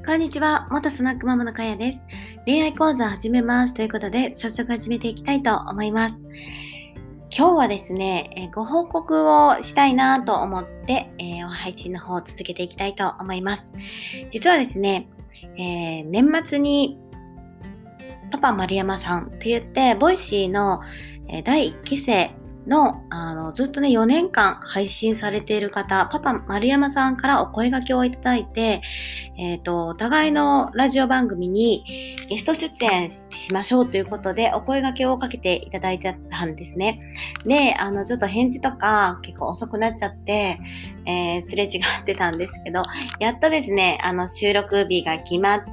こんにちは。元スナックママのかやです。恋愛講座を始めます。ということで、早速始めていきたいと思います。今日はですね、ご報告をしたいなと思って、配信の方を続けていきたいと思います。実はですね、年末にパパ丸山さんって言って、ボイシーの第1期生の、ずっとね、4年間配信されている方、パパ丸山さんからお声掛けをいただいて、お互いのラジオ番組にゲスト出演しましょうということで、お声掛けをかけていただいてたんですね。で、ちょっと返事とか結構遅くなっちゃって、すれ違ってたんですけど、やっとですね、収録日が決まって、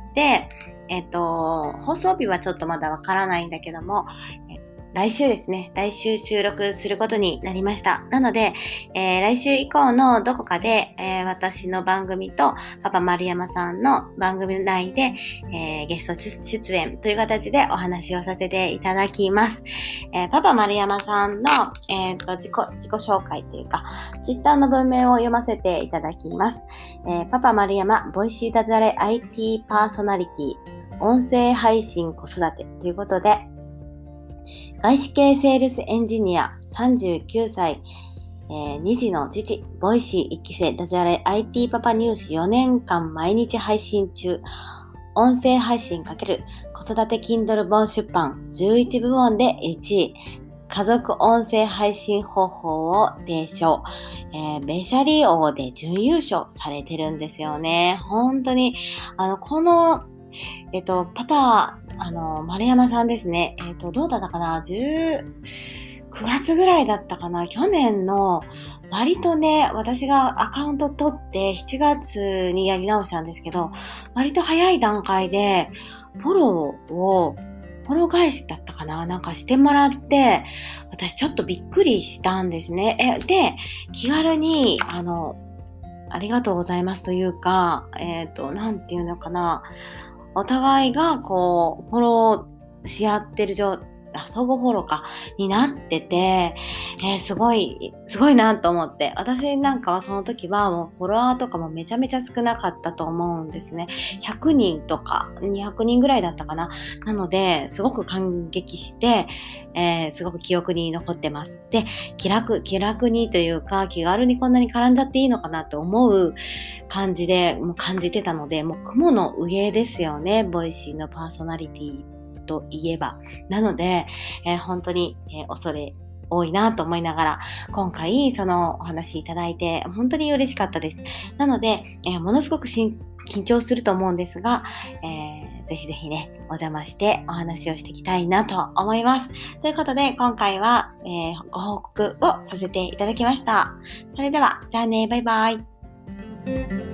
放送日はちょっとまだわからないんだけども、来週ですね。来週収録することになりました。なので、来週以降のどこかで、私の番組とパパ丸山さんの番組内で、ゲスト出演という形でお話をさせていただきます。パパ丸山さんの、自己紹介というか、ツイッターの文面を読ませていただきます。パパ丸山ボイシーダジャレ IT パーソナリティ音声配信子育てということで、外資系セールスエンジニア39歳、2児の父、ボイシー1期生ダジャレ IT パパニュース4年間毎日配信中、音声配信×子育て Kindle 本出版11部門で1位、家族音声配信方法を提唱、ベシャリ王で準優勝されてるんですよね。本当に、このパパ、丸山さんですね。どうだったかな ?9 月ぐらいだったかな去年の、割とね、私がアカウント取って7月にやり直したんですけど、割と早い段階で、フォロー返しだったかななんかしてもらって、私ちょっとびっくりしたんですね。で、気軽に、ありがとうございますというか、なんていうのかな。お互いがこう、フォローし合ってる相互フォローか、になってて、すごいなと思って。私なんかはその時はもうフォロワーとかもめちゃめちゃ少なかったと思うんですね。100人とか200人ぐらいだったかな。なので、すごく感激して、すごく記憶に残ってます。で、気楽にというか、気軽にこんなに絡んじゃっていいのかなと思う感じで、もう感じてたので、もう雲の上ですよね。ボイシーのパーソナリティといえば。なので、本当に、恐れ多いなと思いながら、今回そのお話いただいて、本当に嬉しかったです。なので、ものすごく緊張すると思うんですが、ぜひぜひね、お邪魔してお話をしていきたいなと思います。ということで、今回は、ご報告をさせていただきました。それでは、じゃあね、バイバイ。